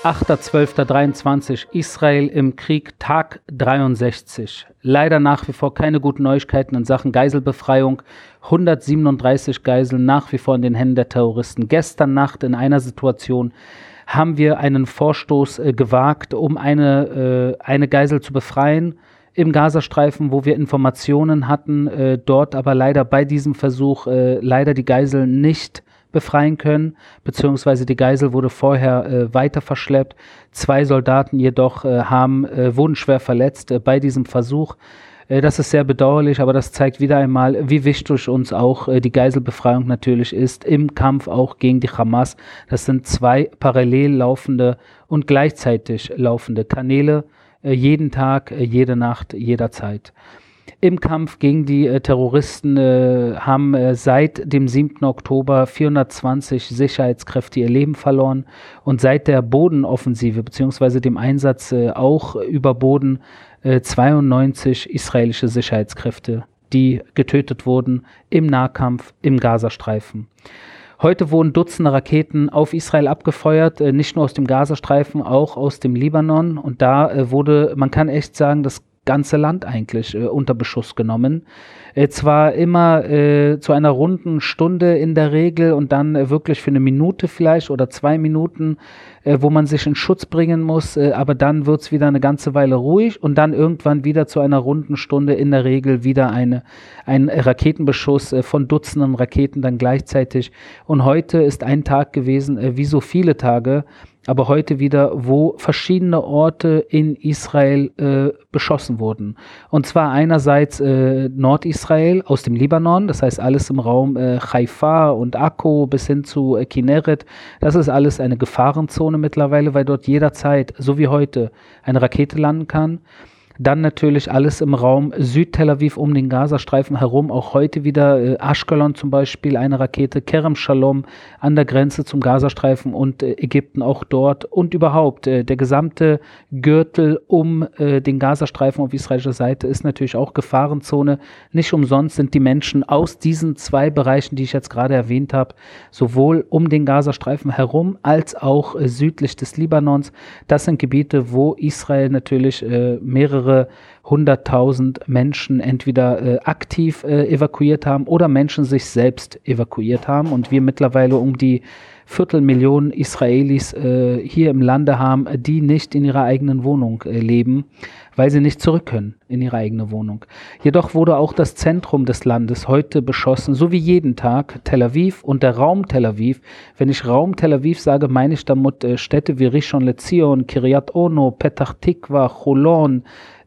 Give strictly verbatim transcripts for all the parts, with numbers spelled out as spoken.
achter zwölfter dreiundzwanzig, Israel im Krieg, Tag dreiundsechzig. Leider nach wie vor keine guten Neuigkeiten in Sachen Geiselbefreiung. hundertsiebenunddreißig Geiseln nach wie vor in den Händen der Terroristen. Gestern Nacht in einer Situation haben wir einen Vorstoß äh, gewagt, um eine, äh, eine Geisel zu befreien im Gazastreifen, wo wir Informationen hatten, äh, dort aber leider bei diesem Versuch äh, leider die Geisel nicht befreien können, beziehungsweise die Geisel wurde vorher äh, weiter verschleppt. Zwei Soldaten jedoch äh, haben, äh, wurden schwer verletzt äh, bei diesem Versuch. Äh, das ist sehr bedauerlich, aber das zeigt wieder einmal, wie wichtig uns auch äh, die Geiselbefreiung natürlich ist, im Kampf auch gegen die Hamas. Das sind zwei parallel laufende und gleichzeitig laufende Kanäle, äh, jeden Tag, äh, jede Nacht, jederzeit. Im Kampf gegen die äh, Terroristen äh, haben äh, seit dem siebten Oktober vierhundertzwanzig Sicherheitskräfte ihr Leben verloren und seit der Bodenoffensive bzw. dem Einsatz äh, auch über Boden äh, zweiundneunzig israelische Sicherheitskräfte, die getötet wurden im Nahkampf im Gazastreifen. Heute wurden Dutzende Raketen auf Israel abgefeuert, äh, nicht nur aus dem Gazastreifen, auch aus dem Libanon, und da äh, wurde, man kann echt sagen, das ganze Land eigentlich äh, unter Beschuss genommen. Äh, zwar immer äh, zu einer runden Stunde in der Regel und dann äh, wirklich für eine Minute vielleicht oder zwei Minuten, äh, wo man sich in Schutz bringen muss, äh, aber dann wird es wieder eine ganze Weile ruhig und dann irgendwann wieder zu einer runden Stunde in der Regel wieder eine, ein Raketenbeschuss äh, von Dutzenden Raketen dann gleichzeitig. Und heute ist ein Tag gewesen, äh, wie so viele Tage, aber heute wieder, wo verschiedene Orte in Israel äh, beschossen wurden. Und zwar einerseits äh, Nordisrael aus dem Libanon, das heißt alles im Raum äh, Haifa und Akko bis hin zu äh, Kinneret. Das ist alles eine Gefahrenzone mittlerweile, weil dort jederzeit, so wie heute, eine Rakete landen kann. Dann natürlich alles im Raum Süd-Tel Aviv um den Gazastreifen herum, auch heute wieder äh, Ashkelon zum Beispiel, eine Rakete, Kerem Shalom an der Grenze zum Gazastreifen und äh, Ägypten auch dort und überhaupt äh, der gesamte Gürtel um äh, den Gazastreifen auf israelischer Seite ist natürlich auch Gefahrenzone. Nicht umsonst sind die Menschen aus diesen zwei Bereichen, die ich jetzt gerade erwähnt habe, sowohl um den Gazastreifen herum als auch äh, südlich des Libanons. Das sind Gebiete, wo Israel natürlich äh, mehrere hunderttausend Menschen entweder äh, aktiv äh, evakuiert haben oder Menschen sich selbst evakuiert haben und wir mittlerweile um die Viertelmillion Israelis äh, hier im Lande haben, die nicht in ihrer eigenen Wohnung äh, leben, weil sie nicht zurück können in ihre eigene Wohnung. Jedoch wurde auch das Zentrum des Landes heute beschossen, so wie jeden Tag, Tel Aviv und der Raum Tel Aviv. Wenn ich Raum Tel Aviv sage, meine ich damit äh, Städte wie Rishon LeZion, Kiryat Ono, Petach Tikva, Cholon,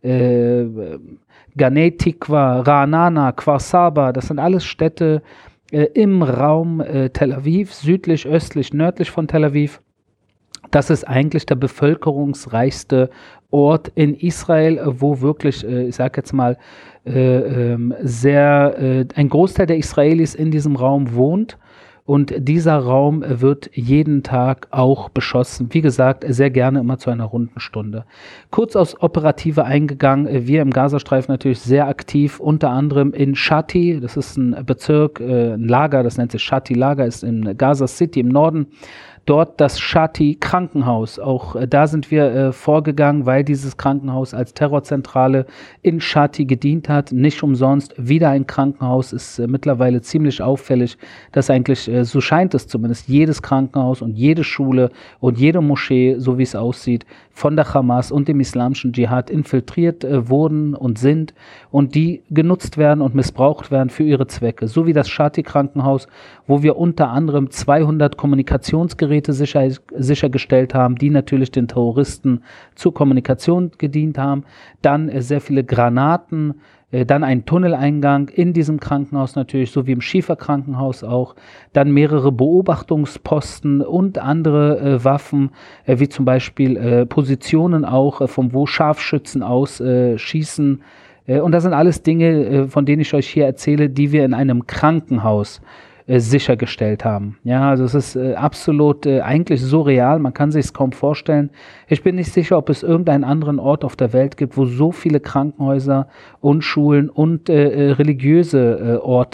äh, Ganei Tikva, Ra'anana, Kfar Saba. Das sind alles Städte äh, im Raum äh, Tel Aviv, südlich, östlich, nördlich von Tel Aviv. Das ist eigentlich der bevölkerungsreichste Ort in Israel, wo wirklich, äh, ich sage jetzt mal, äh, äh, sehr, äh, ein Großteil der Israelis in diesem Raum wohnt. Und dieser Raum wird jeden Tag auch beschossen. Wie gesagt, sehr gerne immer zu einer runden Stunde. Kurz aufs Operative eingegangen. Wir im Gazastreifen natürlich sehr aktiv, unter anderem in Shati. Das ist ein Bezirk, ein Lager, das nennt sich Shati-Lager, ist in Gaza City im Norden. Dort das Shati Krankenhaus. Auch äh, da sind wir äh, vorgegangen, weil dieses Krankenhaus als Terrorzentrale in Shati gedient hat. Nicht umsonst wieder ein Krankenhaus, ist äh, mittlerweile ziemlich auffällig, dass eigentlich, äh, so scheint es zumindest, jedes Krankenhaus und jede Schule und jede Moschee, so wie es aussieht, von der Hamas und dem islamischen Dschihad infiltriert äh, wurden und sind und die genutzt werden und missbraucht werden für ihre Zwecke. So wie das Shati Krankenhaus, wo wir unter anderem zweihundert Kommunikationsgeräte Sicher, sichergestellt haben, die natürlich den Terroristen zur Kommunikation gedient haben. Dann äh, sehr viele Granaten, äh, dann ein Tunneleingang in diesem Krankenhaus natürlich, so wie im Schiefer-Krankenhaus auch. Dann mehrere Beobachtungsposten und andere äh, Waffen, äh, wie zum Beispiel äh, Positionen auch, äh, von wo Scharfschützen aus äh, schießen. Äh, und das sind alles Dinge, äh, von denen ich euch hier erzähle, die wir in einem Krankenhaus Äh, sichergestellt haben. Ja, also es ist äh, absolut äh, eigentlich surreal, man kann sich es kaum vorstellen. Ich bin nicht sicher, ob es irgendeinen anderen Ort auf der Welt gibt, wo so viele Krankenhäuser und Schulen und äh, religiöse äh, Orte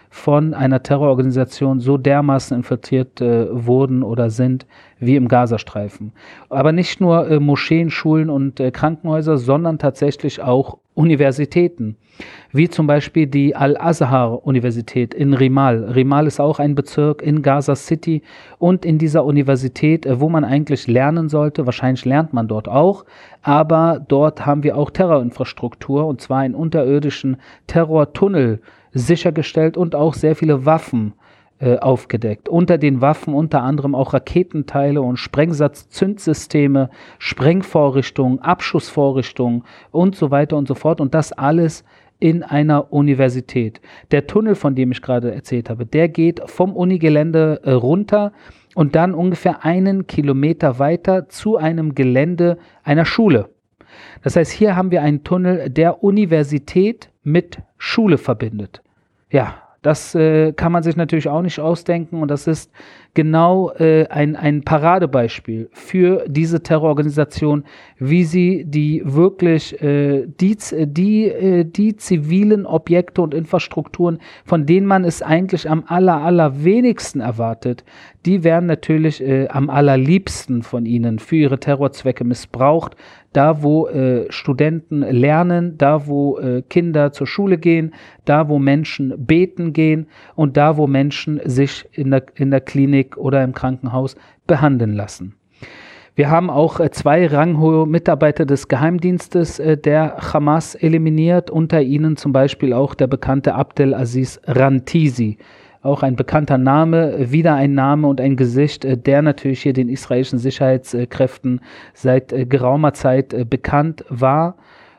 von einer Terrororganisation so dermaßen infiltriert äh, wurden oder sind wie im Gazastreifen. Aber nicht nur äh, Moscheen, Schulen und äh, Krankenhäuser, sondern tatsächlich auch Universitäten, wie zum Beispiel die Al-Azhar-Universität in Rimal. Rimal ist auch ein Bezirk in Gaza City, und in dieser Universität, äh, wo man eigentlich lernen sollte, wahrscheinlich lernt man dort auch, aber dort haben wir auch Terrorinfrastruktur, und zwar einen unterirdischen Terrortunnel sichergestellt und auch sehr viele Waffen äh, aufgedeckt. Unter den Waffen unter anderem auch Raketenteile und Sprengsatz-Zündsysteme, Sprengvorrichtungen, Abschussvorrichtungen und so weiter und so fort. Und das alles in einer Universität. Der Tunnel, von dem ich gerade erzählt habe, der geht vom Unigelände äh, runter und dann ungefähr einen Kilometer weiter zu einem Gelände einer Schule. Das heißt, hier haben wir einen Tunnel, der Universität mit Schule verbindet. Ja, das äh, kann man sich natürlich auch nicht ausdenken, und das ist genau äh, ein, ein Paradebeispiel für diese Terrororganisation, wie sie die wirklich äh, die, die, äh, die zivilen Objekte und Infrastrukturen, von denen man es eigentlich am aller, allerwenigsten erwartet, die werden natürlich äh, am allerliebsten von ihnen für ihre Terrorzwecke missbraucht. Da, wo äh, Studenten lernen, da, wo äh, Kinder zur Schule gehen, da, wo Menschen beten gehen und da, wo Menschen sich in der, in der Klinik oder im Krankenhaus behandeln lassen. Wir haben auch äh, zwei ranghohe Mitarbeiter des Geheimdienstes äh, der Hamas eliminiert, unter ihnen zum Beispiel auch der bekannte Abdelaziz Rantisi. Auch ein bekannter Name, wieder ein Name und ein Gesicht, der natürlich hier den israelischen Sicherheitskräften seit geraumer Zeit bekannt war,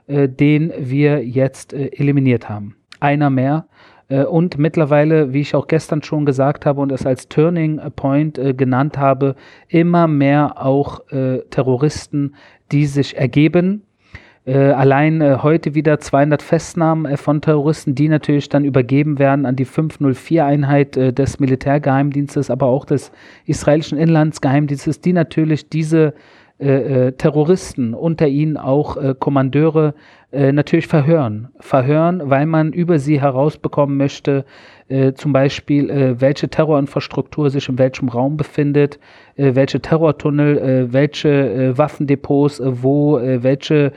den wir jetzt eliminiert haben. Einer mehr. Und mittlerweile, wie ich auch gestern schon gesagt habe und es als Turning Point genannt habe, immer mehr auch Terroristen, die sich ergeben. Äh, allein äh, heute wieder zweihundert Festnahmen äh, von Terroristen, die natürlich dann übergeben werden an die fünf null vier Einheit äh, des Militärgeheimdienstes, aber auch des israelischen Inlandsgeheimdienstes, die natürlich diese äh, äh, Terroristen, unter ihnen auch äh, Kommandeure, äh, natürlich verhören. Verhören, weil man über sie herausbekommen möchte, äh, zum Beispiel, äh, welche Terrorinfrastruktur sich in welchem Raum befindet, äh, welche Terrortunnel, äh, welche äh, Waffendepots, äh, wo, äh, welche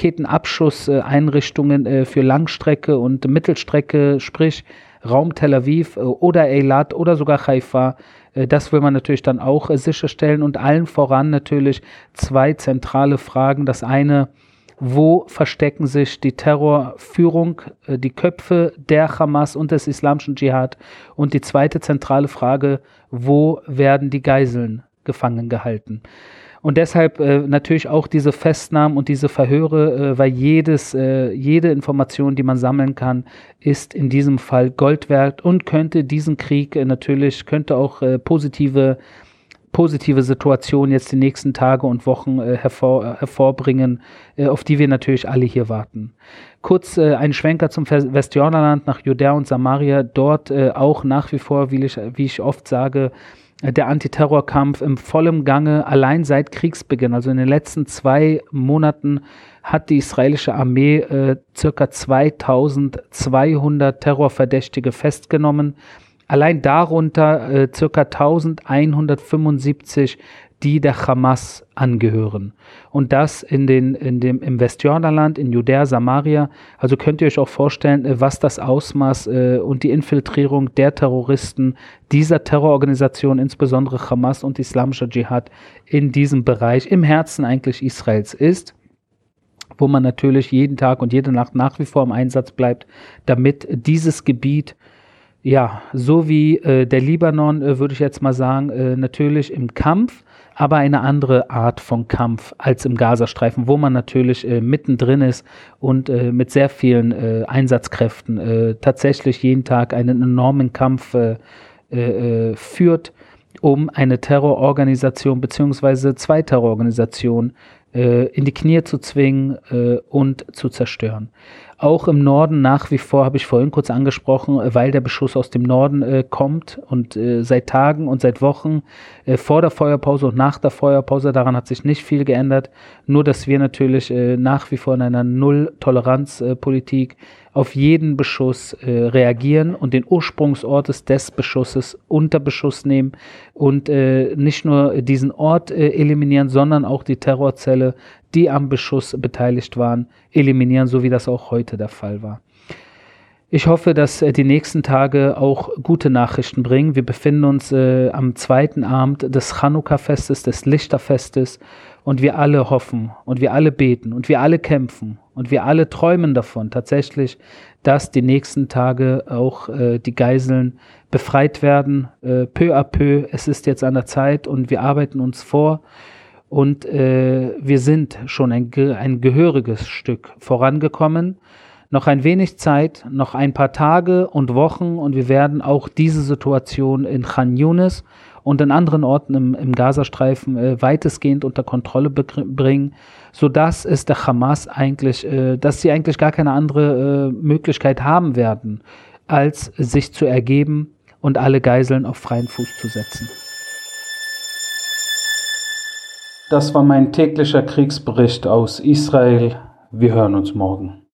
Raketenabschusseinrichtungen äh, für Langstrecke und Mittelstrecke, sprich Raum Tel Aviv äh, oder Eilat oder sogar Haifa. Äh, das will man natürlich dann auch äh, sicherstellen, und allen voran natürlich zwei zentrale Fragen. Das eine: Wo verstecken sich die Terrorführung, äh, die Köpfe der Hamas und des islamischen Dschihad? Und die zweite zentrale Frage: Wo werden die Geiseln gefangen gehalten? Und deshalb äh, natürlich auch diese Festnahmen und diese Verhöre, äh, weil jedes, äh, jede Information, die man sammeln kann, ist in diesem Fall Gold wert und könnte diesen Krieg äh, natürlich, könnte auch äh, positive positive Situation jetzt die nächsten Tage und Wochen äh, hervor, äh, hervorbringen, äh, auf die wir natürlich alle hier warten. Kurz äh, ein Schwenker zum Westjordanland nach Judäa und Samaria. Dort äh, auch nach wie vor, wie ich, wie ich oft sage, äh, der Antiterrorkampf im vollen Gange, allein seit Kriegsbeginn. Also in den letzten zwei Monaten hat die israelische Armee äh, circa zweitausendzweihundert Terrorverdächtige festgenommen. Allein darunter äh, ca. eintausendeinhundertfünfundsiebzig, die der Hamas angehören. Und das in den, in dem, im Westjordanland, in Judäa, Samaria. Also könnt ihr euch auch vorstellen, äh, was das Ausmaß äh, und die Infiltrierung der Terroristen dieser Terrororganisation, insbesondere Hamas und Islamischer Dschihad, in diesem Bereich, im Herzen eigentlich Israels ist, wo man natürlich jeden Tag und jede Nacht nach wie vor im Einsatz bleibt, damit dieses Gebiet, ja, so wie äh, der Libanon, äh, würde ich jetzt mal sagen, äh, natürlich im Kampf, aber eine andere Art von Kampf als im Gazastreifen, wo man natürlich äh, mittendrin ist und äh, mit sehr vielen äh, Einsatzkräften äh, tatsächlich jeden Tag einen enormen Kampf äh, äh, führt, um eine Terrororganisation beziehungsweise zwei Terrororganisationen äh, in die Knie zu zwingen äh, und zu zerstören. Auch im Norden nach wie vor, habe ich vorhin kurz angesprochen, weil der Beschuss aus dem Norden äh, kommt und äh, seit Tagen und seit Wochen äh, vor der Feuerpause und nach der Feuerpause, daran hat sich nicht viel geändert, nur dass wir natürlich äh, nach wie vor in einer Null-Toleranz-Politik auf jeden Beschuss äh, reagieren und den Ursprungsort des Beschusses unter Beschuss nehmen und äh, nicht nur diesen Ort äh, eliminieren, sondern auch die Terrorzelle, die am Beschuss beteiligt waren, eliminieren, so wie das auch heute der Fall war. Ich hoffe, dass äh, die nächsten Tage auch gute Nachrichten bringen. Wir befinden uns äh, am zweiten Abend des Chanukka-Festes, des Lichterfestes, und wir alle hoffen und wir alle beten und wir alle kämpfen und wir alle träumen davon tatsächlich, dass die nächsten Tage auch äh, die Geiseln befreit werden, äh, peu à peu. Es ist jetzt an der Zeit und wir arbeiten uns vor und äh, wir sind schon ein, ein gehöriges Stück vorangekommen. Noch ein wenig Zeit, noch ein paar Tage und Wochen und wir werden auch diese Situation in Khan Yunis und in anderen Orten im, im Gazastreifen äh, weitestgehend unter Kontrolle bringen, sodass es der Hamas eigentlich, äh, dass sie eigentlich gar keine andere äh, Möglichkeit haben werden, als sich zu ergeben und alle Geiseln auf freien Fuß zu setzen. Das war mein täglicher Kriegsbericht aus Israel. Wir hören uns morgen.